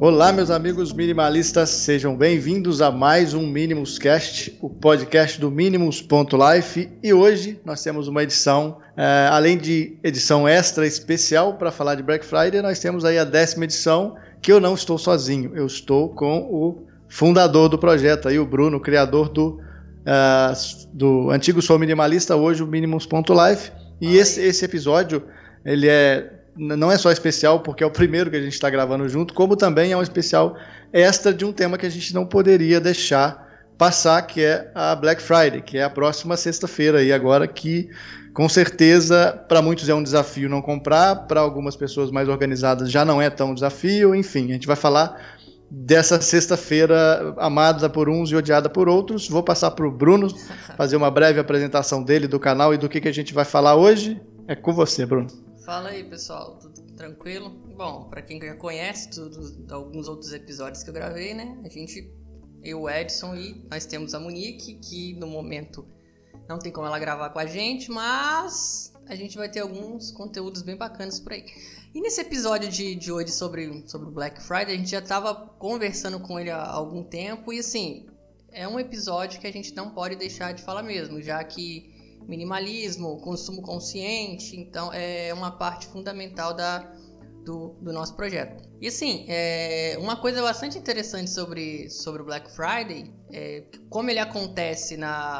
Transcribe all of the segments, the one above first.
Olá, meus amigos minimalistas, sejam bem-vindos a mais um Minimus Cast, o podcast do Minimus.life, e hoje nós temos uma edição, além de edição extra especial para falar de Black Friday, nós temos aí a 10ª edição, que eu não estou sozinho, eu estou com o fundador do projeto, aí, o Bruno, criador do antigo Sou Minimalista, hoje o Minimus.life, e esse episódio, ele não é só especial porque é o primeiro que a gente está gravando junto, como também é um especial extra de um tema que a gente não poderia deixar passar, que é a Black Friday, que é a próxima sexta-feira aí agora, que com certeza para muitos é um desafio não comprar, para algumas pessoas mais organizadas já não é tão desafio, enfim, a gente vai falar dessa sexta-feira amada por uns e odiada por outros. Vou passar para o Bruno fazer uma breve apresentação dele, do canal e do que a gente vai falar hoje. É com você, Bruno. Fala aí, pessoal, tudo tranquilo? Bom, pra quem já conhece de alguns outros episódios que eu gravei, né? Eu, o Edson, e nós temos a Monique, que no momento não tem como ela gravar com a gente, mas a gente vai ter alguns conteúdos bem bacanas por aí. E nesse episódio de hoje sobre o Black Friday, a gente já tava conversando com ele há algum tempo, e assim, é um episódio que a gente não pode deixar de falar mesmo, já que minimalismo, consumo consciente, então é uma parte fundamental do nosso projeto. E assim, uma coisa bastante interessante sobre o Black Friday, como ele acontece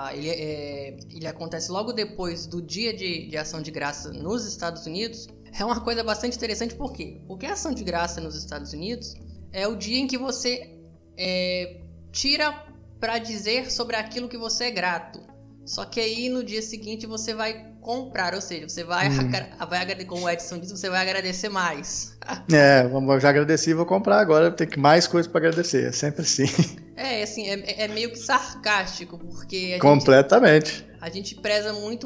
ele acontece logo depois do dia de ação de graça nos Estados Unidos, é uma coisa bastante interessante. Por quê? Porque a ação de graça nos Estados Unidos é o dia em que você tira para dizer sobre aquilo que você é grato. Só que aí no dia seguinte você vai comprar, ou seja, você vai como o Edson disse, você vai agradecer mais. Eu já agradeci e vou comprar agora, tem mais coisa para agradecer, é sempre assim. Assim, é meio que sarcástico, porque completamente. A gente preza muito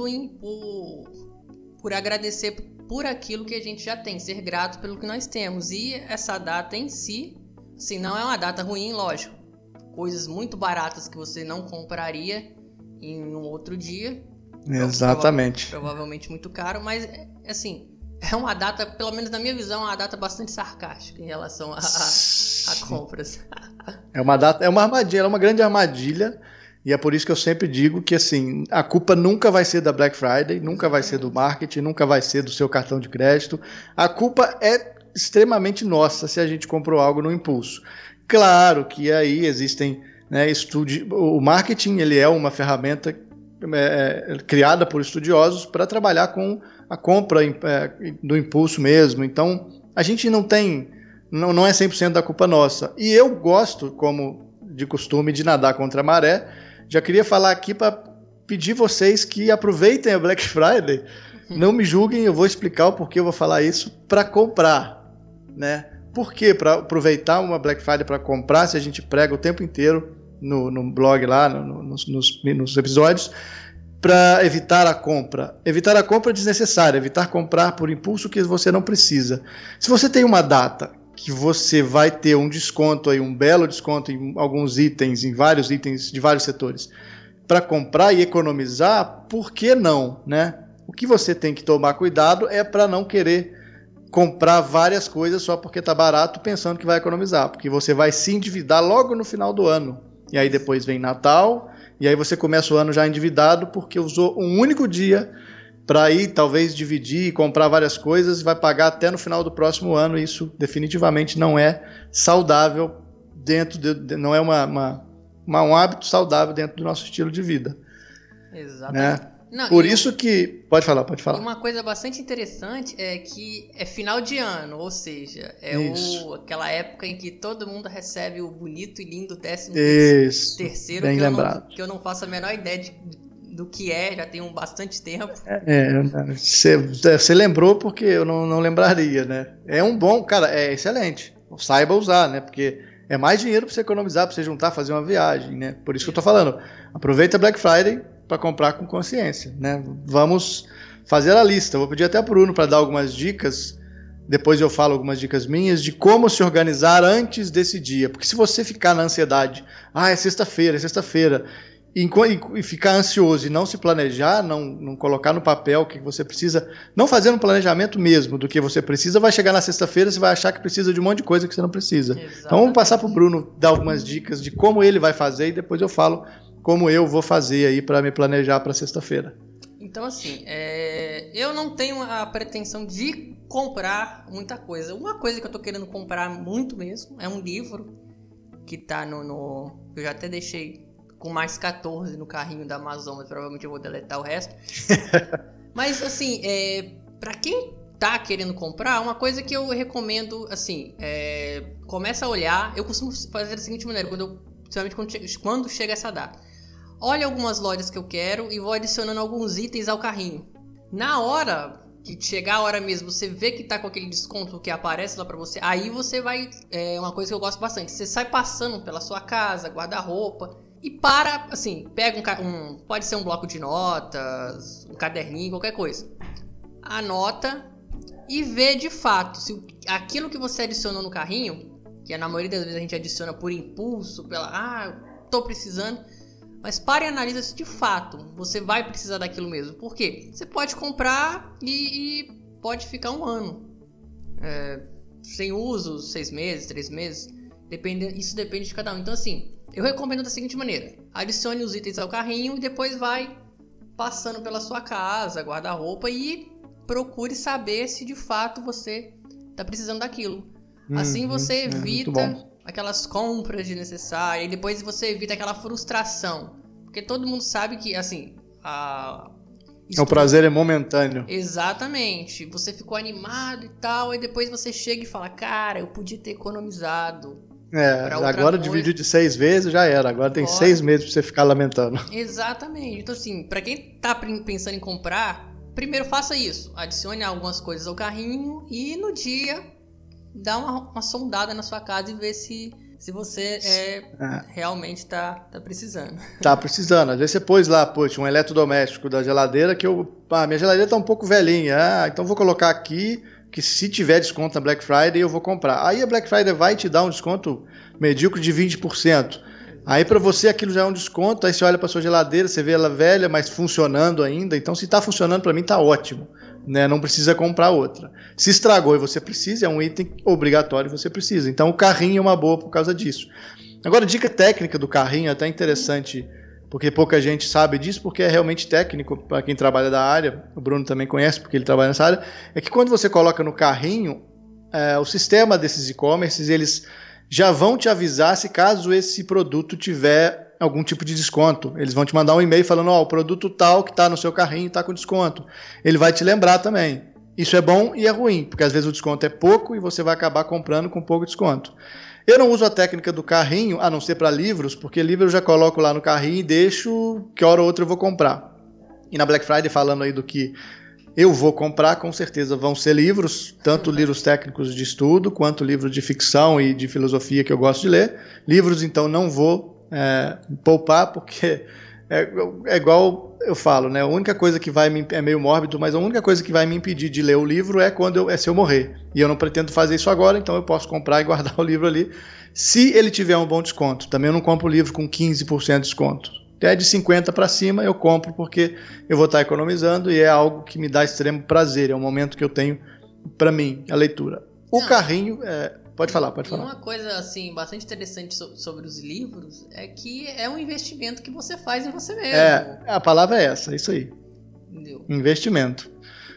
por agradecer por aquilo que a gente já tem, ser grato pelo que nós temos. E essa data em si, assim, não é uma data ruim, lógico. Coisas muito baratas que você não compraria em um outro dia. Exatamente. Provavelmente muito caro, mas assim, é uma data, pelo menos na minha visão, é uma data bastante sarcástica em relação a compras. É uma armadilha, é uma grande armadilha, e é por isso que eu sempre digo que assim, a culpa nunca vai ser da Black Friday, nunca vai ser do marketing, nunca vai ser do seu cartão de crédito. A culpa é extremamente nossa se a gente comprou algo no impulso. Claro que aí existem, o marketing, ele é uma ferramenta criada por estudiosos para trabalhar com a compra do impulso mesmo. Então, a gente não é 100% da culpa nossa. E eu gosto, como de costume, de nadar contra a maré. Já queria falar aqui para pedir vocês que aproveitem a Black Friday. Não me julguem, eu vou explicar o porquê eu vou falar isso, para comprar, né? Por que para aproveitar uma Black Friday para comprar, se a gente prega o tempo inteiro no blog lá, nos episódios, para evitar a compra? Evitar a compra desnecessária, evitar comprar por impulso que você não precisa. Se você tem uma data que você vai ter um desconto, aí, um belo desconto em alguns itens, em vários itens de vários setores, para comprar e economizar, por que não, né? O que você tem que tomar cuidado é para não querer comprar várias coisas só porque está barato, pensando que vai economizar, porque você vai se endividar logo no final do ano. E aí depois vem Natal, e aí você começa o ano já endividado porque usou um único dia para ir talvez dividir e comprar várias coisas e vai pagar até no final do próximo ano. Isso definitivamente não é saudável não é um hábito saudável dentro do nosso estilo de vida. Exatamente. Né? Por isso que... Pode falar. E uma coisa bastante interessante é que é final de ano, ou seja, aquela época em que todo mundo recebe o bonito e lindo 13º, bem lembrado. Que eu não faço a menor ideia do que já tem bastante tempo. Você lembrou porque eu não lembraria, né? É um bom, cara, é excelente. Saiba usar, né? Porque é mais dinheiro para você economizar, para você juntar, fazer uma viagem, né? Por isso que eu tô falando. Aproveita a Black Friday para comprar com consciência, né? Vamos fazer a lista. Vou pedir até para o Bruno para dar algumas dicas, depois eu falo algumas dicas minhas, de como se organizar antes desse dia. Porque se você ficar na ansiedade, é sexta-feira, e ficar ansioso e não se planejar, não colocar no papel o que você precisa, não fazer um planejamento mesmo do que você precisa, vai chegar na sexta-feira, você vai achar que precisa de um monte de coisa que você não precisa. Exatamente. Então vamos passar para o Bruno dar algumas dicas de como ele vai fazer e depois eu falo como eu vou fazer aí para me planejar para sexta-feira. Então assim, eu não tenho a pretensão de comprar muita coisa. Uma coisa que eu tô querendo comprar muito mesmo é um livro que tá eu já até deixei com mais 14 no carrinho da Amazon, mas provavelmente eu vou deletar o resto. Mas assim, pra quem tá querendo comprar, uma coisa que eu recomendo, assim, começa a olhar. Eu costumo fazer da seguinte maneira, principalmente quando chega essa data. Olha algumas lojas que eu quero e vou adicionando alguns itens ao carrinho. Na hora que chegar a hora mesmo, você vê que tá com aquele desconto que aparece lá pra você, aí você vai... uma coisa que eu gosto bastante, você sai passando pela sua casa, guarda-roupa, e pega pode ser um bloco de notas, um caderninho, qualquer coisa. Anota e vê de fato se aquilo que você adicionou no carrinho, que na maioria das vezes a gente adiciona por impulso, tô precisando, mas para e analisa se de fato você vai precisar daquilo mesmo. Por quê? Você pode comprar e pode ficar um ano sem uso, 6 meses, 3 meses, isso depende de cada um. Então assim, eu recomendo da seguinte maneira: adicione os itens ao carrinho e depois vai passando pela sua casa, guarda-roupa e procure saber se de fato você está precisando daquilo. Assim você evita aquelas compras desnecessárias e depois você evita aquela frustração. Porque todo mundo sabe que, assim... O prazer é momentâneo. Exatamente. Você ficou animado e tal, e depois você chega e fala, cara, eu podia ter economizado. Agora dividiu de 6 vezes, já era. Agora tem 6 meses pra você ficar lamentando. Exatamente. Então, assim, pra quem tá pensando em comprar, primeiro faça isso. Adicione algumas coisas ao carrinho e no dia dá uma sondada na sua casa e vê se você realmente tá precisando. Tá precisando. Às vezes você pôs lá, um eletrodoméstico da geladeira que minha geladeira tá um pouco velhinha. Então vou colocar aqui que se tiver desconto na Black Friday eu vou comprar. Aí a Black Friday vai te dar um desconto medíocre de 20%. Aí para você aquilo já é um desconto, aí você olha para sua geladeira, você vê ela velha, mas funcionando ainda. Então se tá funcionando, para mim tá ótimo. Né? Não precisa comprar outra. Se estragou e você precisa, é um item obrigatório e você precisa. Então o carrinho é uma boa por causa disso. Agora, dica técnica do carrinho, até interessante, porque pouca gente sabe disso, porque é realmente técnico para quem trabalha da área. O Bruno também conhece, porque ele trabalha nessa área. É que quando você coloca no carrinho, o sistema desses e-commerces, eles já vão te avisar se caso esse produto tiver algum tipo de desconto. Eles vão te mandar um e-mail falando, o produto tal que está no seu carrinho está com desconto. Ele vai te lembrar também. Isso é bom e é ruim, porque às vezes o desconto é pouco e você vai acabar comprando com pouco desconto. Eu não uso a técnica do carrinho, a não ser para livros, porque livro eu já coloco lá no carrinho e deixo que hora ou outra eu vou comprar. E na Black Friday, falando aí do que eu vou comprar, com certeza vão ser livros, tanto livros técnicos de estudo, quanto livros de ficção e de filosofia que eu gosto de ler. Livros, então, não vou poupar, porque é igual eu falo, né? A única coisa que é meio mórbido, mas a única coisa que vai me impedir de ler o livro é se eu morrer. E eu não pretendo fazer isso agora, então eu posso comprar e guardar o livro ali, se ele tiver um bom desconto. Também eu não compro o livro com 15% de desconto. Até de 50% para cima eu compro, porque eu vou estar economizando e é algo que me dá extremo prazer. É um momento que eu tenho para mim, a leitura. O carrinho... Pode falar. E uma coisa assim, bastante interessante sobre os livros é que é um investimento que você faz em você mesmo. A palavra é essa, isso aí. Entendeu? Investimento.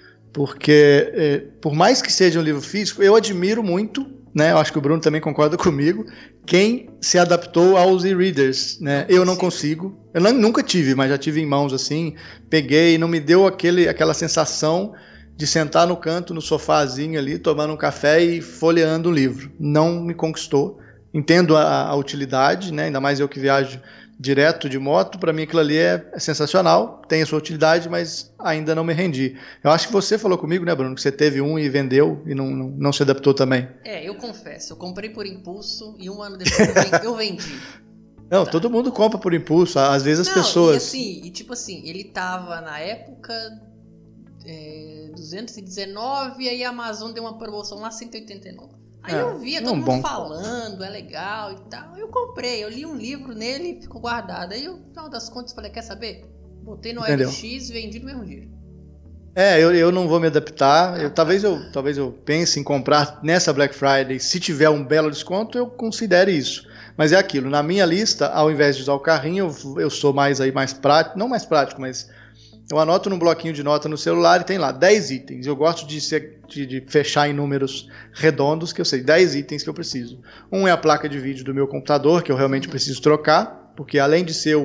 Porque, por mais que seja um livro físico, eu admiro muito, né? Eu acho que o Bruno também concorda comigo, quem se adaptou aos e-readers, né? Eu não consigo. Eu nunca tive, mas já tive em mãos assim, peguei, não me deu aquela sensação de sentar no canto, no sofazinho ali, tomando um café e folheando um livro. Não me conquistou. Entendo a utilidade, né? Ainda mais eu que viajo direto de moto, para mim aquilo ali é sensacional, tem a sua utilidade, mas ainda não me rendi. Eu acho que você falou comigo, né, Bruno, que você teve um e vendeu e não se adaptou também. Eu confesso, eu comprei por impulso e um ano depois eu vendi. Não, todo mundo compra por impulso, às vezes as pessoas... Tipo assim, ele tava na época... 219 e aí a Amazon deu uma promoção lá 189. Aí eu via todo mundo falando, é legal e tal. Eu comprei, eu li um livro nele e ficou guardado. Aí, no final das contas, falei, quer saber? Botei no OLX e vendi no mesmo dia. Eu não vou me adaptar. Talvez eu pense em comprar nessa Black Friday. Se tiver um belo desconto, eu considere isso. Mas é aquilo, na minha lista, ao invés de usar o carrinho, eu sou mais prático, não mais prático, mas eu anoto num bloquinho de nota no celular e tem lá 10 itens. Eu gosto de fechar em números redondos, que eu sei, 10 itens que eu preciso. Um é a placa de vídeo do meu computador, que eu realmente preciso trocar, porque além de ser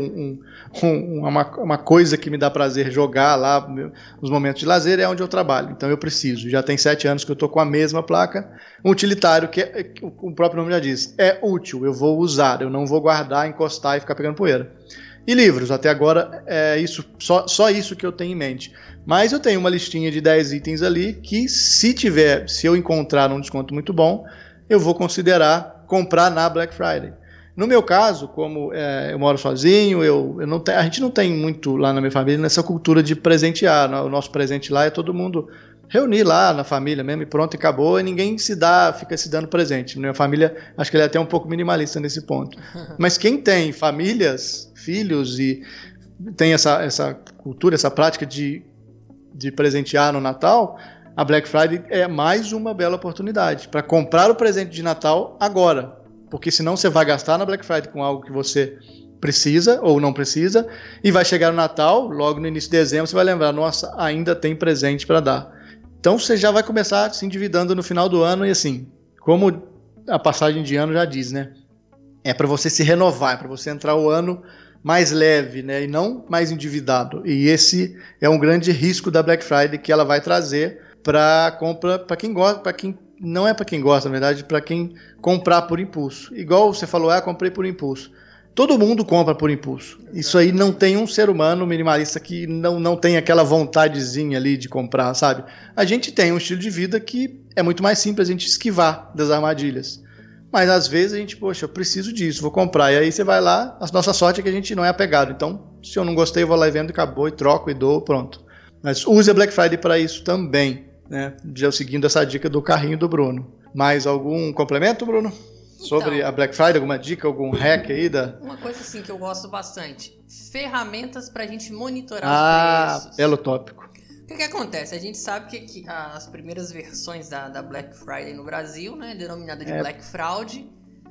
uma coisa que me dá prazer jogar lá nos momentos de lazer, é onde eu trabalho. Então eu preciso. Já tem 7 anos que eu estou com a mesma placa. Um utilitário, que o próprio nome já diz, é útil, eu vou usar, eu não vou guardar, encostar e ficar pegando poeira. E livros, até agora é isso, só isso que eu tenho em mente. Mas eu tenho uma listinha de 10 itens ali que se eu encontrar um desconto muito bom, eu vou considerar comprar na Black Friday. No meu caso, como eu moro sozinho, a gente não tem muito lá na minha família nessa cultura de presentear. O nosso presente lá é todo mundo reunir lá na família mesmo e pronto, acabou, e ninguém fica se dando presente. Minha família, acho que ele é até um pouco minimalista nesse ponto. Mas quem tem famílias, filhos e tem essa cultura, essa prática de presentear no Natal, a Black Friday é mais uma bela oportunidade para comprar o presente de Natal agora. Porque senão você vai gastar na Black Friday com algo que você precisa ou não precisa, e vai chegar no Natal, logo no início de dezembro, você vai lembrar, nossa, ainda tem presente para dar. Então você já vai começar se endividando no final do ano, e assim, como a passagem de ano já diz, né? É para você se renovar, é para você entrar o ano mais leve, né? E não mais endividado. E esse é um grande risco da Black Friday que ela vai trazer para compra, para quem gosta, para quem não é para quem gosta, na verdade, para quem comprar por impulso. Igual você falou, comprei por impulso. Todo mundo compra por impulso. Isso aí não tem um ser humano minimalista que não tem aquela vontadezinha ali de comprar, sabe? A gente tem um estilo de vida que é muito mais simples a gente esquivar das armadilhas. Mas às vezes a gente, poxa, eu preciso disso, vou comprar. E aí você vai lá, a nossa sorte é que a gente não é apegado. Então, se eu não gostei, eu vou lá e vendo, acabou, e troco, e dou, pronto. Mas use a Black Friday para isso também, né? Já seguindo essa dica do carrinho do Bruno. Mais algum complemento, Bruno? Sobre a Black Friday, alguma dica, algum hack aí Uma coisa assim que eu gosto bastante. Ferramentas pra gente monitorar os preços. Belo tópico. O que acontece? A gente sabe que as primeiras versões da Black Friday no Brasil, né, denominada de Black Fraud...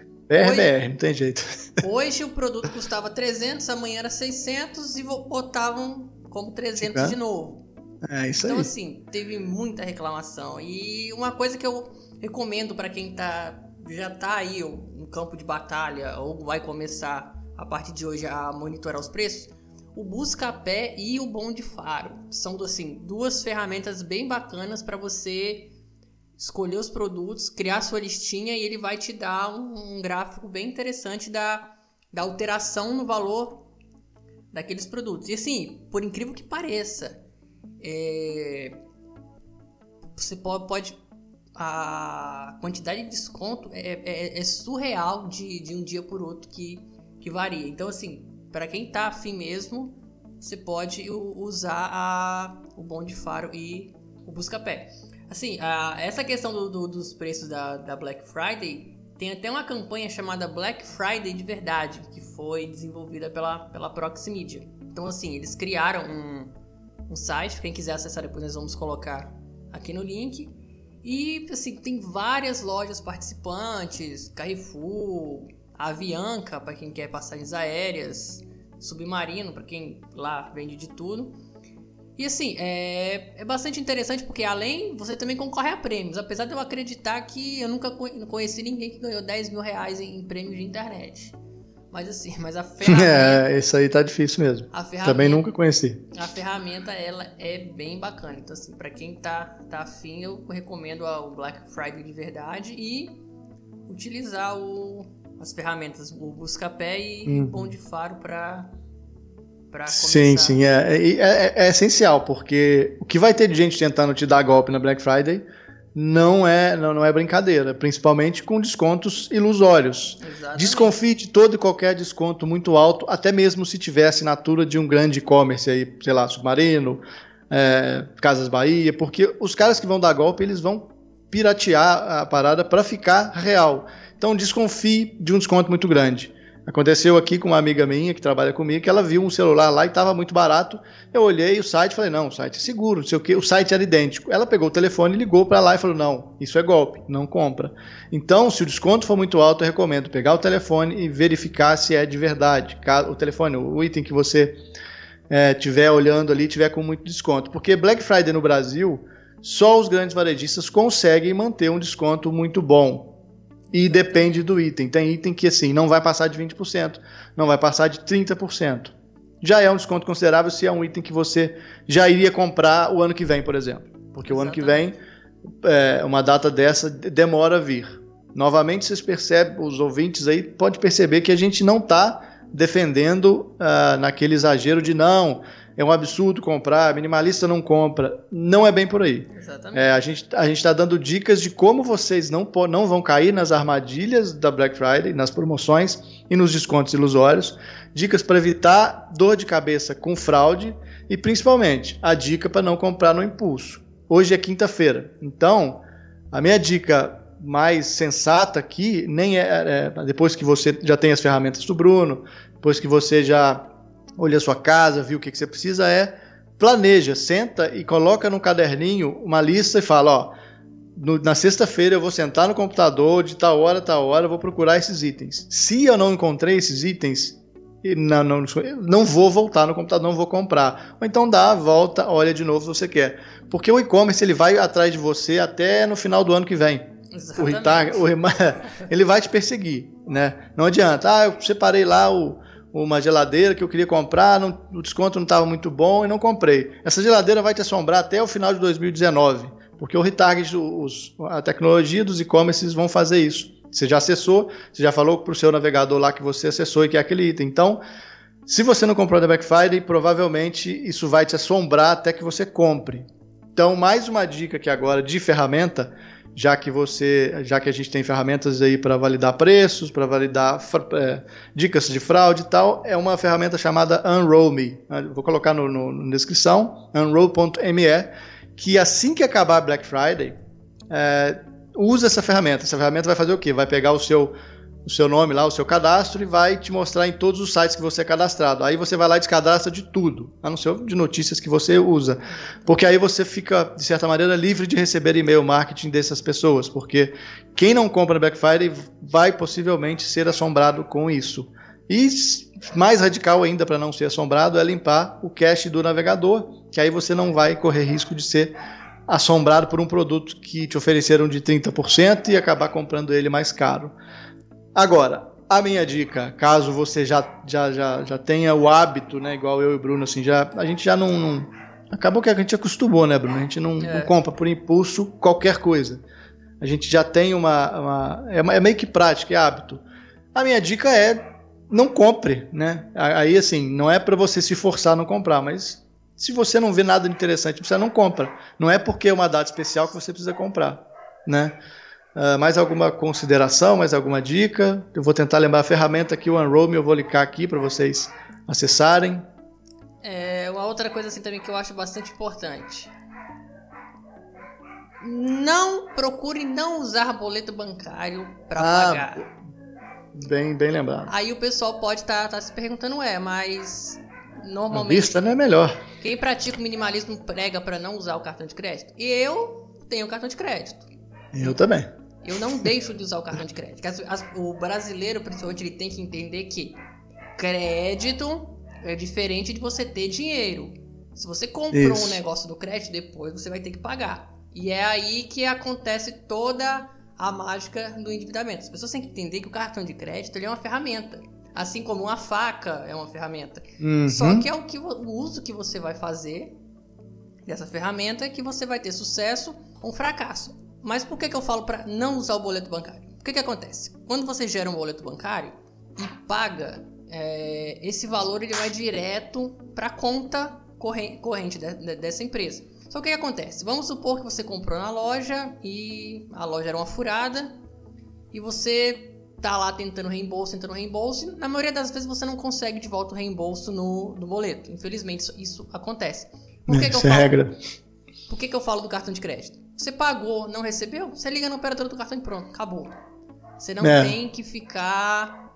BR, não tem jeito. Hoje o produto custava 300, amanhã era 600 e botavam como 300 de novo. É isso então, aí. Assim, teve muita reclamação. E uma coisa que eu recomendo pra quem já tá aí no campo de batalha ou vai começar a partir de hoje a monitorar os preços, o Buscapé e o Bom de Faro são assim, duas ferramentas bem bacanas para você escolher os produtos, criar sua listinha, e ele vai te dar um gráfico bem interessante da alteração no valor daqueles produtos. E assim, por incrível que pareça, você pode a quantidade de desconto é surreal de um dia por outro que varia. Então, assim, para quem tá afim mesmo, você pode usar o Bom de Faro e o Buscapé. Assim, essa questão dos preços da Black Friday, tem até uma campanha chamada Black Friday de verdade, que foi desenvolvida pela Proximídia. Então, assim, eles criaram um site, quem quiser acessar depois nós vamos colocar aqui no link. E, assim, tem várias lojas participantes, Carrefour, Avianca, para quem quer passagens aéreas, Submarino, para quem lá vende de tudo. E, assim, é bastante interessante porque, além, você também concorre a prêmios. Apesar de eu acreditar que eu nunca conheci ninguém que ganhou 10 mil reais em prêmios de internet. Mas, assim, a ferramenta... isso aí tá difícil mesmo. Também nunca conheci. A ferramenta, ela é bem bacana. Então, assim, pra quem tá afim, eu recomendo o Black Friday de verdade e utilizar as ferramentas, o Buscapé e o Bom de Faro pra começar. Sim. É essencial, porque o que vai ter de gente tentando te dar golpe na Black Friday não é brincadeira, principalmente com descontos ilusórios. Exatamente. Desconfie de todo e qualquer desconto muito alto, até mesmo se tiver assinatura de um grande e-commerce aí, sei lá, Submarino, Casas Bahia, porque os caras que vão dar golpe, eles vão piratear a parada para ficar real. Então desconfie de um desconto muito grande. Aconteceu aqui com uma amiga minha que trabalha comigo, que ela viu um celular lá e estava muito barato. Eu olhei o site e falei, não, o site é seguro, não sei o quê. O site era idêntico. Ela pegou o telefone, ligou para lá e falou, não, isso é golpe, não compra. Então, se o desconto for muito alto, eu recomendo pegar o telefone e verificar se é de verdade. O telefone, o item que você estiver olhando ali, tiver com muito desconto. Porque Black Friday no Brasil, só os grandes varejistas conseguem manter um desconto muito bom. E depende do item. Tem item que assim, não vai passar de 20%, não vai passar de 30%. Já é um desconto considerável se é um item que você já iria comprar o ano que vem, por exemplo. Porque o ano que vem, uma data dessa demora a vir. Novamente, vocês percebem, os ouvintes aí podem perceber que a gente não está defendendo naquele exagero de não, é um absurdo comprar, minimalista não compra. Não é bem por aí. Exatamente. A gente está dando dicas de como vocês não vão cair nas armadilhas da Black Friday, nas promoções e nos descontos ilusórios. Dicas para evitar dor de cabeça com fraude e, principalmente, a dica para não comprar no impulso. Hoje é quinta-feira. Então, a minha dica mais sensata aqui nem depois que você já tem as ferramentas do Bruno, depois que você já olha a sua casa, viu o que você precisa, planeja, senta e coloca no caderninho uma lista e fala, na sexta-feira eu vou sentar no computador de tal hora, eu vou procurar esses itens. Se eu não encontrei esses itens, não vou voltar no computador, não vou comprar. Ou então dá a volta, olha de novo se você quer. Porque o e-commerce ele vai atrás de você até no final do ano que vem. Ele vai te perseguir, né? Não adianta, eu separei lá uma geladeira que eu queria comprar, o desconto não estava muito bom e não comprei. Essa geladeira vai te assombrar até o final de 2019, porque o retarget, a tecnologia dos e-commerces vão fazer isso. Você já acessou, você já falou para o seu navegador lá que você acessou e que é aquele item. Então, se você não comprou da Black Friday, provavelmente isso vai te assombrar até que você compre. Então, mais uma dica aqui agora de ferramenta, já que a gente tem ferramentas aí para validar preços, para validar dicas de fraude e tal, é uma ferramenta chamada Unroll.me. Vou colocar na descrição, unroll.me, que assim que acabar a Black Friday, usa essa ferramenta. Essa ferramenta vai fazer o quê? Vai pegar o seu nome lá, o seu cadastro, e vai te mostrar em todos os sites que você é cadastrado. Aí você vai lá e descadastra de tudo, a não ser de notícias que você usa. Porque aí você fica, de certa maneira, livre de receber e-mail marketing dessas pessoas. Porque quem não compra na Black Friday vai possivelmente ser assombrado com isso. E mais radical ainda para não ser assombrado é limpar o cache do navegador, que aí você não vai correr risco de ser assombrado por um produto que te ofereceram de 30% e acabar comprando ele mais caro. Agora, a minha dica, caso você já tenha o hábito, né, igual eu e o Bruno, assim, a gente já não... Acabou que a gente acostumou, né, Bruno? A gente não compra por impulso qualquer coisa. A gente já tem é meio que prática, é hábito. A minha dica é não compre, né? Aí, assim, não é para você se forçar a não comprar, mas se você não vê nada interessante, você não compra. Não é porque é uma data especial que você precisa comprar, né? Mais alguma consideração, mais alguma dica? Eu vou tentar lembrar a ferramenta aqui, o Unroll.me, eu vou linkar aqui para vocês acessarem. Uma outra coisa assim também que eu acho bastante importante. Não procure não usar boleto bancário para pagar. Bem lembrado. Aí o pessoal pode estar se perguntando, mas normalmente... A vista não é melhor. Quem pratica o minimalismo prega para não usar o cartão de crédito. E eu tenho cartão de crédito. Eu também. Eu não deixo de usar o cartão de crédito. O brasileiro, principalmente, ele tem que entender que crédito é diferente de você ter dinheiro. Se você comprou um negócio do crédito, depois você vai ter que pagar. E é aí que acontece toda a mágica do endividamento. As pessoas têm que entender que o cartão de crédito ele é uma ferramenta. Assim como uma faca é uma ferramenta. Uhum. Só que o uso que você vai fazer dessa ferramenta é que você vai ter sucesso ou um fracasso. Mas por que eu falo para não usar o boleto bancário? O que acontece? Quando você gera um boleto bancário e paga, esse valor ele vai direto para a conta corrente dessa empresa. Só que o que acontece? Vamos supor que você comprou na loja e a loja era uma furada e você tá lá tentando reembolso e na maioria das vezes você não consegue de volta o reembolso no boleto. Infelizmente isso acontece. Por que eu falo? Regra. Por que eu falo do cartão de crédito? Você pagou, não recebeu? Você liga no operador do cartão e pronto, acabou. Você não tem que ficar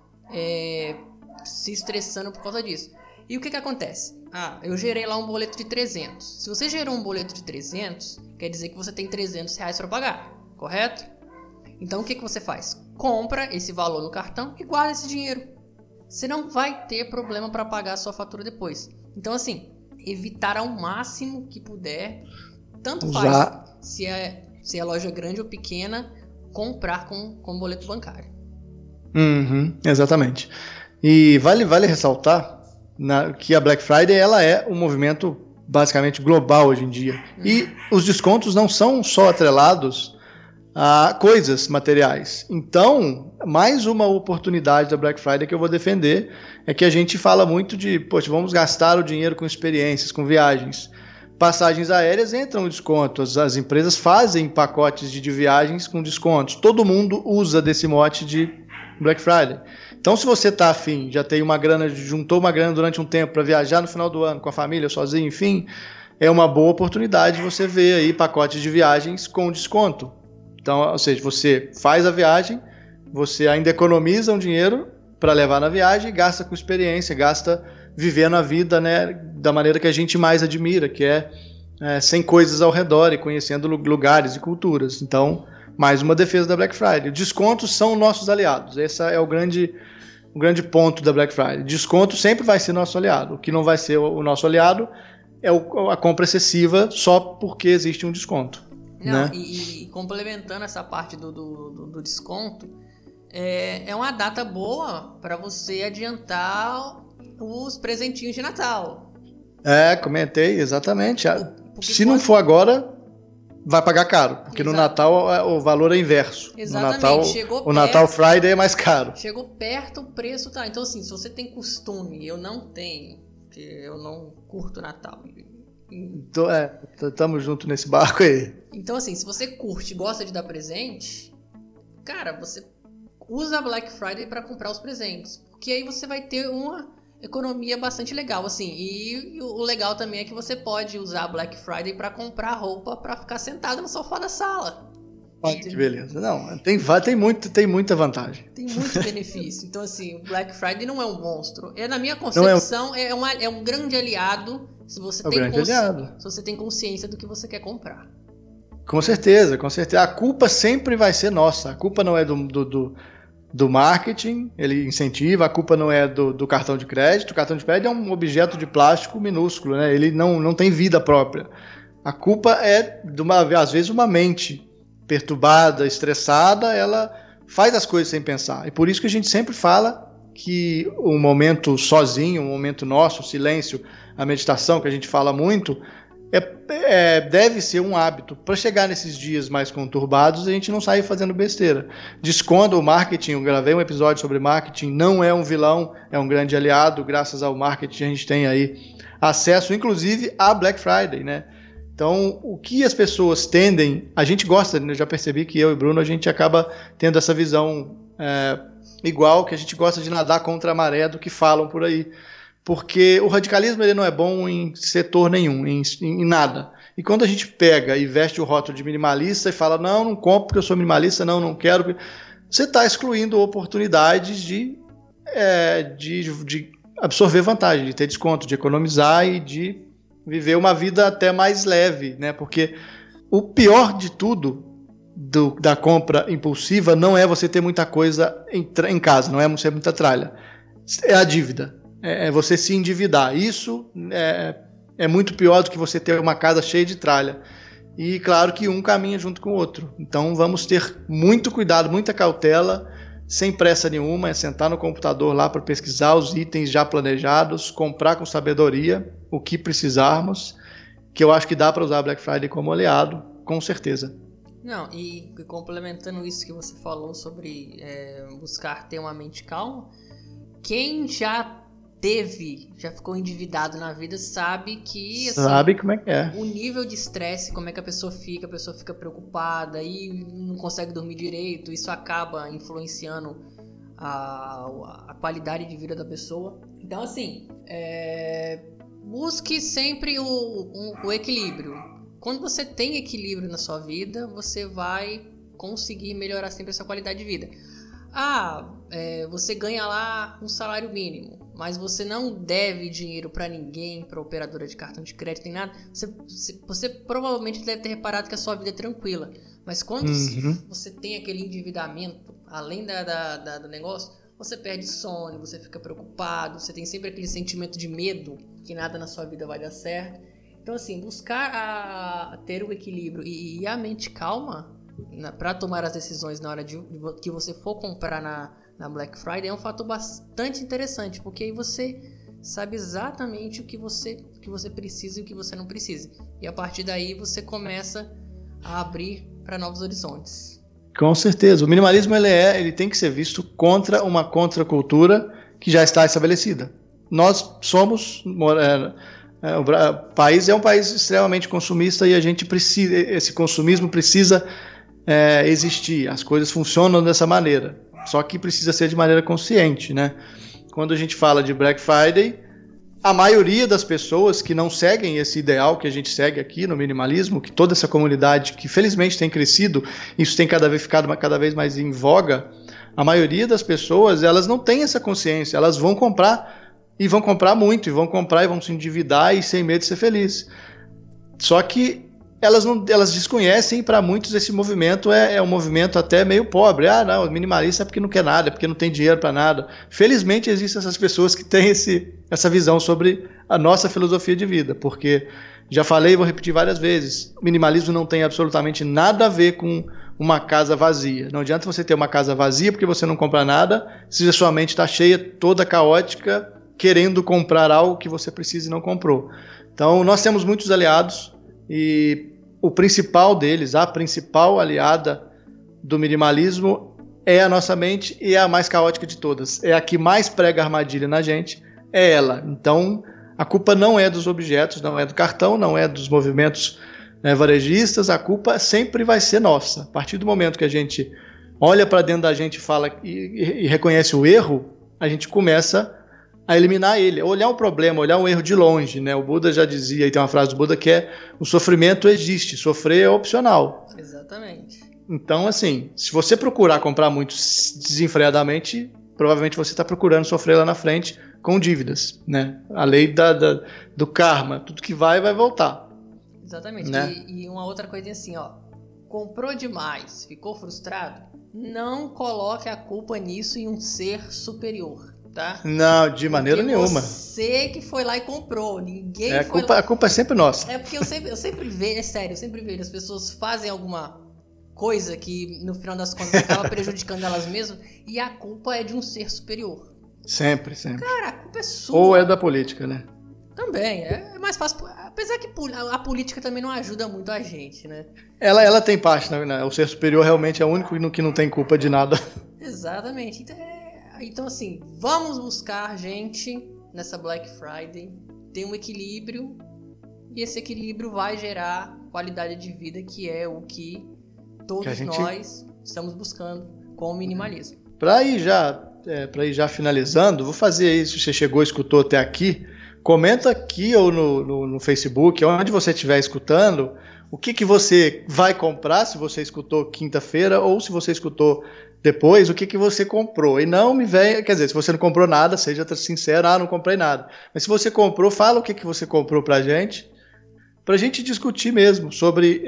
se estressando por causa disso. E o que acontece? Eu gerei lá um boleto de 300. Se você gerou um boleto de 300, quer dizer que você tem 300 reais para pagar, correto? Então o que você faz? Compra esse valor no cartão e guarda esse dinheiro. Você não vai ter problema para pagar a sua fatura depois. Então assim, evitar ao máximo que puder, tanto faz se é loja grande ou pequena, comprar com boleto bancário. Exatamente. E vale ressaltar que a Black Friday ela é um movimento basicamente global hoje em dia. E os descontos não são só atrelados a coisas materiais. Então, mais uma oportunidade da Black Friday que eu vou defender é que a gente fala muito de, poxa, vamos gastar o dinheiro com experiências, com viagens. Passagens aéreas entram em desconto, as empresas fazem pacotes de viagens com descontos. Todo mundo usa desse mote de Black Friday. Então, se você está afim, já tem uma grana, juntou uma grana durante um tempo para viajar no final do ano com a família, sozinho, enfim, é uma boa oportunidade de você ver aí pacotes de viagens com desconto. Então, ou seja, você faz a viagem, você ainda economiza um dinheiro para levar na viagem e gasta com experiência, gasta vivendo a vida, né, da maneira que a gente mais admira, que é sem coisas ao redor e conhecendo lugares e culturas. Então, mais uma defesa da Black Friday. Descontos são nossos aliados. Esse é o grande ponto da Black Friday. Desconto sempre vai ser nosso aliado. O que não vai ser o nosso aliado é a compra excessiva só porque existe um desconto. Não, né? E complementando essa parte do desconto, é uma data boa para você adiantar os presentinhos de Natal. Comentei, exatamente. Se não for agora, vai pagar caro, porque no Natal o valor é inverso. Exatamente. O Natal Friday é mais caro. Chegou perto, o preço tá. Então, assim, se você tem costume, eu não tenho, porque eu não curto Natal. Então, estamos juntos nesse barco aí. Então, assim, se você curte e gosta de dar presente, cara, você usa a Black Friday para comprar os presentes, porque aí você vai ter uma economia bastante legal, assim. E o legal também é que você pode usar a Black Friday para comprar roupa para ficar sentado no sofá da sala. Olha que beleza. Não, tem muita vantagem. Tem muito benefício. Então, assim, o Black Friday não é um monstro. Na minha concepção, é um grande aliado se você tem consciência do que você quer comprar. Com certeza, com certeza. A culpa sempre vai ser nossa. A culpa não é do marketing, ele incentiva, a culpa não é do cartão de crédito. O cartão de crédito é um objeto de plástico minúsculo, né? Ele não tem vida própria. A culpa é, às vezes, uma mente perturbada, estressada, ela faz as coisas sem pensar. E por isso que a gente sempre fala que o momento sozinho, o momento nosso, o silêncio, a meditação, que a gente fala muito, deve ser um hábito para chegar nesses dias mais conturbados e a gente não sair fazendo besteira. Desconto o marketing, eu gravei um episódio sobre marketing, não é um vilão, é um grande aliado. Graças ao marketing a gente tem aí acesso, inclusive, à Black Friday, né? Então, o que as pessoas tendem, a gente gosta, eu já percebi que eu e Bruno, a gente acaba tendo essa visão igual, que a gente gosta de nadar contra a maré do que falam por aí. Porque o radicalismo ele não é bom em setor nenhum, em nada. E quando a gente pega e veste o rótulo de minimalista e fala, não compro porque eu sou minimalista, não quero, você está excluindo oportunidades de absorver vantagem, de ter desconto, de economizar e de viver uma vida até mais leve, né? Porque o pior de tudo da compra impulsiva não é você ter muita coisa em casa, não é você ter muita tralha. É a dívida. É você se endividar. Isso é muito pior do que você ter uma casa cheia de tralha. E claro que um caminha junto com o outro. Então vamos ter muito cuidado, muita cautela, sem pressa nenhuma, sentar no computador lá para pesquisar os itens já planejados, comprar com sabedoria o que precisarmos, que eu acho que dá para usar a Black Friday como aliado, com certeza. Não, e complementando isso que você falou sobre buscar ter uma mente calma, quem já ficou endividado na vida, sabe que assim, sabe como é que é. O nível de estresse, como é que a pessoa fica preocupada e não consegue dormir direito, isso acaba influenciando a qualidade de vida da pessoa. Então, assim, busque sempre o equilíbrio. quando você tem equilíbrio na sua vida, você vai conseguir melhorar sempre a sua qualidade de vida. Você ganha lá um salário mínimo, mas você não deve dinheiro para ninguém, para operadora de cartão de crédito, nem nada. Você provavelmente deve ter reparado que a sua vida é tranquila. Mas quando você tem aquele endividamento, além do negócio, você perde sono, você fica preocupado, você tem sempre aquele sentimento de medo que nada na sua vida vai dar certo. Então, assim, buscar ter o equilíbrio e a mente calma para tomar as decisões na hora que você for comprar na Black Friday é um fator bastante interessante, porque aí você sabe exatamente o que você precisa e o que você não precisa. E a partir daí você começa a abrir para novos horizontes. Com certeza. O minimalismo ele tem que ser visto contra uma contracultura que já está estabelecida. Nós somos... o país é um país extremamente consumista e a gente precisa... Esse consumismo precisa existir. As coisas funcionam dessa maneira. Só que precisa ser de maneira consciente, né? Quando a gente fala de Black Friday, a maioria das pessoas que não seguem esse ideal que a gente segue aqui no minimalismo, que toda essa comunidade que felizmente tem crescido, isso tem ficado cada vez mais em voga, a maioria das pessoas, elas não têm essa consciência, elas vão comprar e vão comprar muito, e vão comprar e vão se endividar e sem medo de ser feliz. Só que elas desconhecem, para muitos esse movimento é um movimento até meio pobre. Não, o minimalista é porque não quer nada, é porque não tem dinheiro para nada. Felizmente existem essas pessoas que têm essa visão sobre a nossa filosofia de vida, porque já falei e vou repetir várias vezes, o minimalismo não tem absolutamente nada a ver com uma casa vazia. Não adianta você ter uma casa vazia porque você não compra nada, se a sua mente está cheia, toda caótica, querendo comprar algo que você precisa e não comprou. Então nós temos muitos aliados, e o principal deles, a principal aliada do minimalismo é a nossa mente e é a mais caótica de todas. É a que mais prega armadilha na gente, é ela. Então, a culpa não é dos objetos, não é do cartão, não é dos movimentos varejistas, a culpa sempre vai ser nossa. A partir do momento que a gente olha para dentro da gente e reconhece o erro, a gente começa a eliminar ele, olhar um problema, olhar um erro de longe, né? O Buda já dizia, e tem uma frase do Buda que o sofrimento existe, sofrer é opcional. Exatamente. Então, assim, se você procurar comprar muito desenfreadamente, provavelmente você está procurando sofrer lá na frente com dívidas, né? A lei do karma, tudo que vai voltar. Exatamente, né? E uma outra coisinha assim, comprou demais, ficou frustrado, não coloque a culpa nisso em um ser superior. Tá? Não, de maneira nenhuma. Você que foi lá e comprou, ninguém foi lá. A culpa é sempre nossa. É porque eu sempre vejo, é sério, eu sempre vejo, as pessoas fazem alguma coisa que no final das contas acaba prejudicando elas mesmas e a culpa é de um ser superior. Sempre. Cara, a culpa é sua. Ou é da política, né? Também, é mais fácil, apesar que a política também não ajuda muito a gente, né? Ela tem parte, né? O ser superior realmente é o único que não tem culpa de nada. Exatamente, então assim, vamos buscar, gente, nessa Black Friday, ter um equilíbrio, e esse equilíbrio vai gerar qualidade de vida, que é o que todos nós estamos buscando com o minimalismo. Para ir já finalizando, vou fazer isso, se você chegou e escutou até aqui, comenta aqui ou no Facebook, onde você estiver escutando, o que você vai comprar, se você escutou quinta-feira, ou se você escutou depois, o que você comprou. E não me venha, quer dizer, se você não comprou nada, seja sincero, não comprei nada. Mas se você comprou, fala o que você comprou pra gente discutir mesmo sobre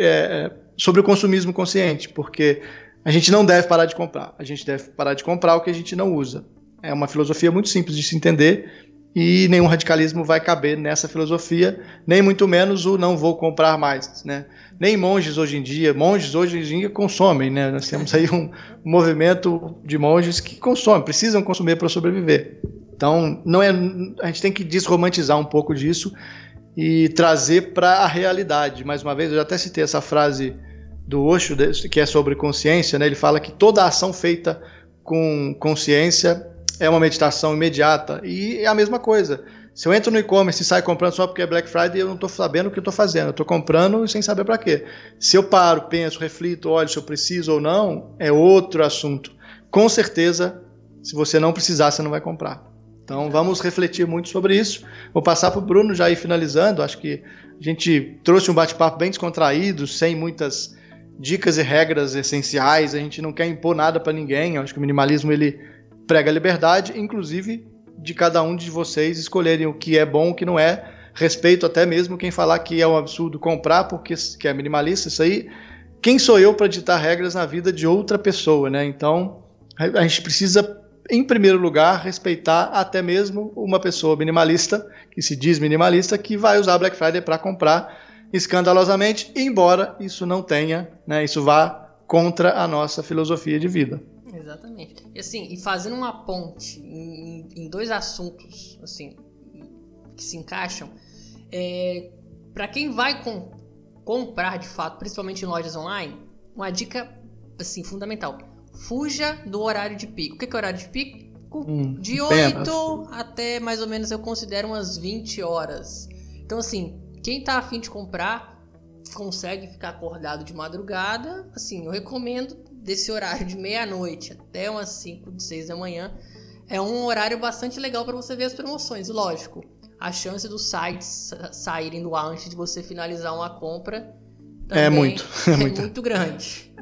o consumismo consciente, porque a gente não deve parar de comprar. A gente deve parar de comprar o que a gente não usa. É uma filosofia muito simples de se entender e nenhum radicalismo vai caber nessa filosofia, nem muito menos o não vou comprar mais, né? Nem monges hoje em dia consomem, né? Nós temos aí um movimento de monges que consomem, precisam consumir para sobreviver. Então, a gente tem que desromantizar um pouco disso e trazer para a realidade. Mais uma vez, eu já até citei essa frase do Osho, que é sobre consciência, né? Ele fala que toda ação feita com consciência é uma meditação imediata, e é a mesma coisa. Se eu entro no e-commerce e saio comprando só porque é Black Friday, eu não estou sabendo o que eu estou fazendo, eu estou comprando sem saber para quê. Se eu paro, penso, reflito, olho se eu preciso ou não, é outro assunto. Com certeza, se você não precisar, você não vai comprar. Então vamos refletir muito sobre isso. Vou passar para o Bruno já ir finalizando. Acho que a gente trouxe um bate-papo bem descontraído, sem muitas dicas e regras essenciais. A gente não quer impor nada para ninguém. Acho que o minimalismo ele prega a liberdade, inclusive de cada um de vocês escolherem o que é bom, o que não é. Respeito até mesmo quem falar que é um absurdo comprar porque que é minimalista. Isso aí, quem sou eu para ditar regras na vida de outra pessoa, né? Então a gente precisa, em primeiro lugar, respeitar até mesmo uma pessoa minimalista, que se diz minimalista, que vai usar Black Friday para comprar escandalosamente, embora isso não tenha, né, isso vá contra a nossa filosofia de vida. Exatamente. E assim, fazendo uma ponte em dois assuntos assim, que se encaixam, para quem vai comprar de fato, principalmente em lojas online, uma dica assim, fundamental. Fuja do horário de pico. O que é horário de pico? De 8 até mais ou menos, eu considero umas 20 horas. Então assim, quem tá afim de comprar, consegue ficar acordado de madrugada, assim, eu recomendo desse horário de meia-noite até umas 5, 6 da manhã. É um horário bastante legal para você ver as promoções. Lógico, a chance dos sites saírem do ar antes de você finalizar uma compra também é muito grande.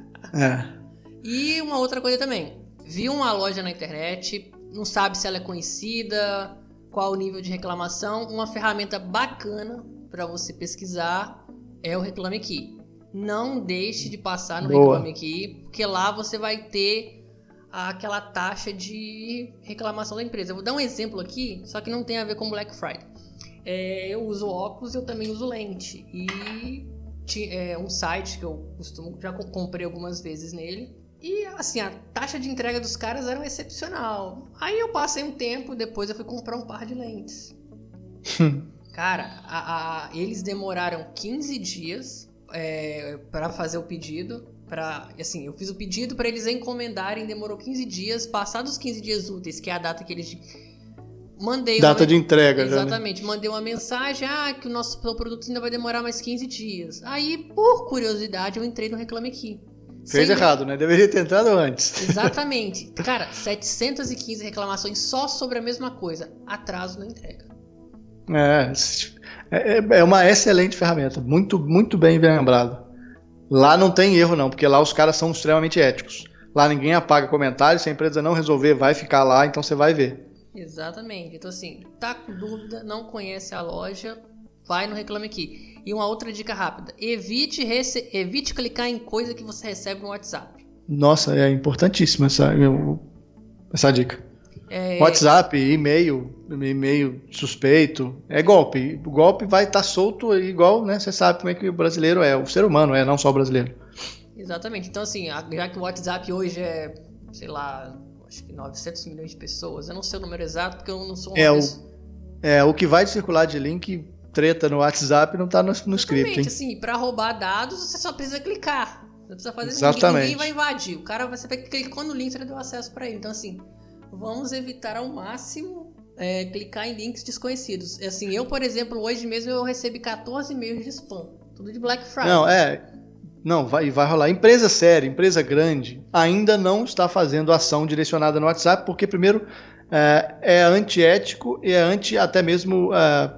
E uma outra coisa também, viu uma loja na internet, não sabe se ela é conhecida, qual o nível de reclamação, uma ferramenta bacana para você pesquisar é o Reclame Aqui. Não deixe de passar no Reclame Aqui, porque lá você vai ter aquela taxa de reclamação da empresa. Eu vou dar um exemplo aqui, só que não tem a ver com Black Friday. Eu uso óculos e eu também uso lente. E um site que eu já comprei algumas vezes nele. E assim, a taxa de entrega dos caras era excepcional. Aí eu passei um tempo, depois eu fui comprar um par de lentes. Cara, eles demoraram 15 dias para fazer o pedido. Assim, eu fiz o pedido para eles encomendarem, demorou 15 dias. Passados os 15 dias úteis, que é a data que eles... Data de entrega. Exatamente, já, né? Mandei uma mensagem, que o nosso produto ainda vai demorar mais 15 dias. Aí, por curiosidade, eu entrei no Reclame Aqui. Fez errado, né? Deveria ter entrado antes. Exatamente. Cara, 715 reclamações só sobre a mesma coisa. Atraso na entrega. É uma excelente ferramenta. Muito, muito bem lembrado. Lá não tem erro não, porque lá os caras são extremamente éticos. Lá ninguém apaga comentários, se a empresa não resolver, vai ficar lá, então você vai ver. Exatamente. Então assim, tá com dúvida, não conhece a loja, vai no Reclame Aqui. E uma outra dica rápida, evite clicar em coisa que você recebe no WhatsApp. Nossa, é importantíssima essa dica. WhatsApp, e-mail suspeito, é golpe. O golpe vai estar solto igual, né? Você sabe como é que o brasileiro é, o ser humano não só o brasileiro. Exatamente. Então assim, já que o WhatsApp hoje é, sei lá, acho que 900 milhões de pessoas, eu não sei o número exato porque eu não sou uma pessoa... o que vai circular de link... treta no WhatsApp não tá no script, hein? Assim, para roubar dados, você só precisa clicar. Não precisa fazer Exatamente. Ninguém vai invadir. O cara, você clicou no link, você deu acesso para ele. Então, assim, vamos evitar ao máximo clicar em links desconhecidos. Assim, eu, por exemplo, hoje mesmo eu recebi 14 e-mails de spam. Tudo de Black Friday. Não, vai rolar. Empresa séria, empresa grande, ainda não está fazendo ação direcionada no WhatsApp, porque, primeiro, é antiético e é até mesmo...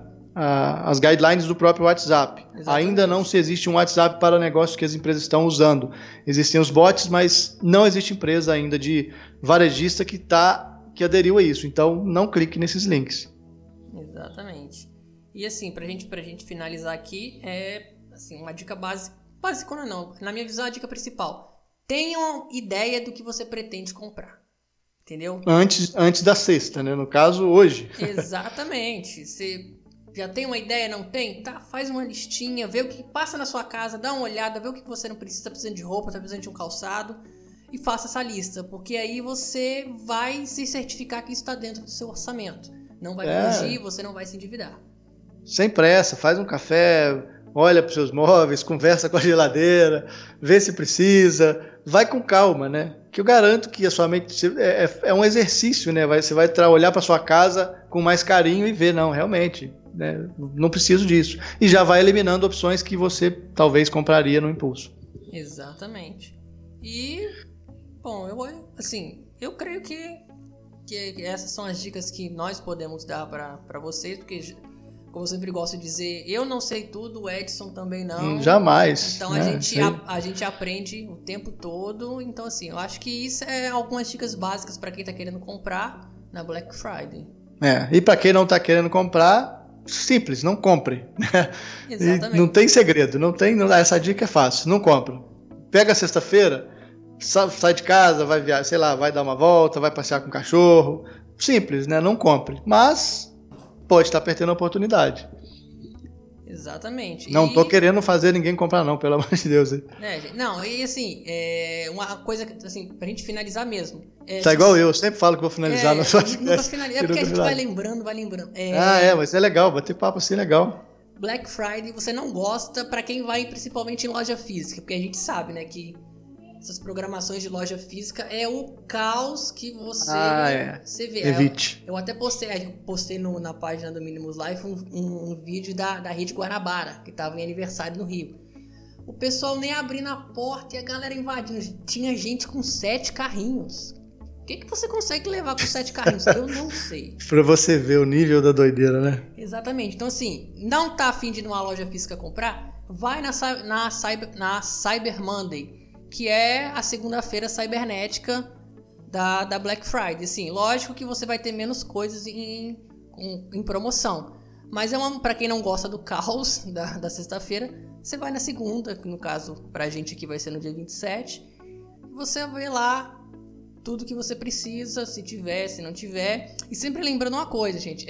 as guidelines do próprio WhatsApp. Exatamente. Ainda não se existe um WhatsApp para negócios que as empresas estão usando. Existem os bots, mas não existe empresa ainda de varejista que aderiu a isso. Então, não clique nesses links. Exatamente. E assim, pra gente finalizar aqui, assim, uma dica básica não, na minha visão, a dica principal. Tenha uma ideia do que você pretende comprar. Entendeu? Antes da sexta, né? No caso, hoje. Exatamente. Você... já tem uma ideia, não tem? Tá, faz uma listinha, vê o que passa na sua casa, dá uma olhada, vê o que você não precisa, tá precisando de roupa, tá precisando de um calçado e faça essa lista, porque aí você vai se certificar que isso está dentro do seu orçamento. Não vai fugir, você não vai se endividar. Sem pressa, faz um café, olha para os seus móveis, conversa com a geladeira, vê se precisa, vai com calma, né? Que eu garanto que a sua mente é um exercício, né? Você vai olhar para sua casa com mais carinho e ver, não, realmente... não preciso disso. E já vai eliminando opções que você talvez compraria no impulso. Exatamente. E, bom, eu creio que que essas são as dicas que nós podemos dar para vocês, porque, como eu sempre gosto de dizer, eu não sei tudo, o Edson também não. Jamais. Então né? a gente aprende o tempo todo. Então, assim, eu acho que isso é algumas dicas básicas para quem está querendo comprar na Black Friday. E para quem não está querendo comprar, simples, não compre. Exatamente. Não tem segredo, essa dica é fácil, não compra. Pega sexta-feira, sai de casa, vai viajar, sei lá, vai dar uma volta, vai passear com o cachorro. Simples, né? Não compre. Mas pode estar perdendo a oportunidade. Exatamente. Não tô querendo fazer ninguém comprar, não, pelo amor de Deus. Não, e assim, uma coisa que, assim, pra gente finalizar mesmo. Tá igual eu sempre falo que vou finalizar no podcast. É porque a gente vai lembrando. Mas é legal, bater papo assim é legal. Black Friday você não gosta pra quem vai principalmente em loja física, porque a gente sabe, né, que essas programações de loja física é o caos que você vê. Evite. Eu até postei na página do Minimus Life um vídeo da Rede Guanabara, que estava em aniversário no Rio. O pessoal nem abrindo a porta e a galera invadindo. Tinha gente com 7 carrinhos. O que você consegue levar com 7 carrinhos? Eu não sei. Pra você ver o nível da doideira, né? Exatamente. Então, assim, não tá afim de ir numa loja física comprar? Vai na Cyber Monday, que é a segunda-feira cibernética da Black Friday. Assim, lógico que você vai ter menos coisas em promoção. Mas para quem não gosta do caos da sexta-feira, você vai na segunda, que no caso, pra gente aqui vai ser no dia 27. Você vê lá tudo que você precisa, se tiver, se não tiver. E sempre lembrando uma coisa, gente,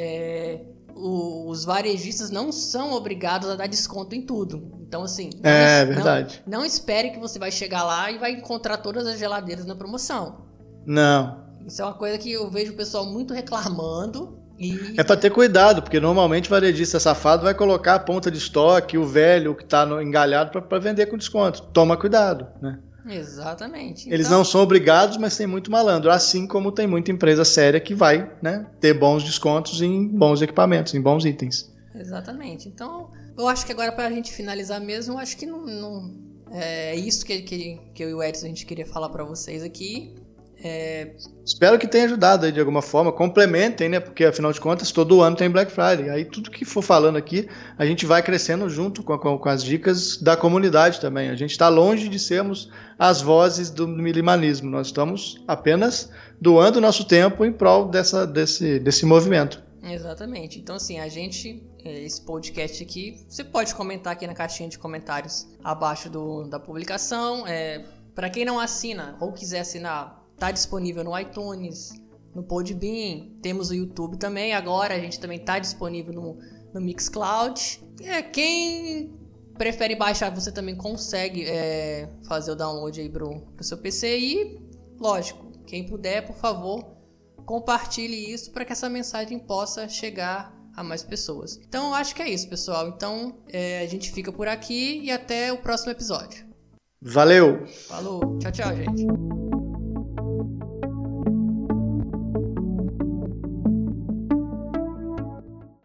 os varejistas não são obrigados a dar desconto em tudo. Então, assim, verdade. Não espere que você vai chegar lá e vai encontrar todas as geladeiras na promoção. Não. Isso é uma coisa que eu vejo o pessoal muito reclamando. É pra ter cuidado, porque normalmente o varejista safado vai colocar a ponta de estoque, o velho que tá engalhado pra vender com desconto. Toma cuidado, né? Exatamente. Eles não são obrigados, mas tem muito malandro. Assim como tem muita empresa séria que vai, né, ter bons descontos em bons equipamentos, em bons itens. Exatamente. Então, eu acho que agora, pra gente finalizar mesmo, eu acho que não é isso que eu e o Edson a gente queria falar pra vocês aqui. Espero que tenha ajudado aí de alguma forma. Complementem, né? Porque afinal de contas, todo ano tem Black Friday. Aí tudo que for falando aqui, a gente vai crescendo junto com as dicas da comunidade também. A gente está longe de sermos as vozes do minimalismo. Nós estamos apenas doando nosso tempo em prol desse movimento. Exatamente. Então, assim, esse podcast aqui, você pode comentar aqui na caixinha de comentários abaixo da publicação. Para quem não assina ou quiser assinar, tá disponível no iTunes, no Podbean, temos o YouTube também. Agora a gente também tá disponível no Mixcloud. Quem prefere baixar, você também consegue fazer o download aí pro seu PC. E, lógico, quem puder, por favor, compartilhe isso para que essa mensagem possa chegar a mais pessoas. Então, eu acho que é isso, pessoal. Então, a gente fica por aqui e até o próximo episódio. Valeu! Falou! Tchau, tchau, gente!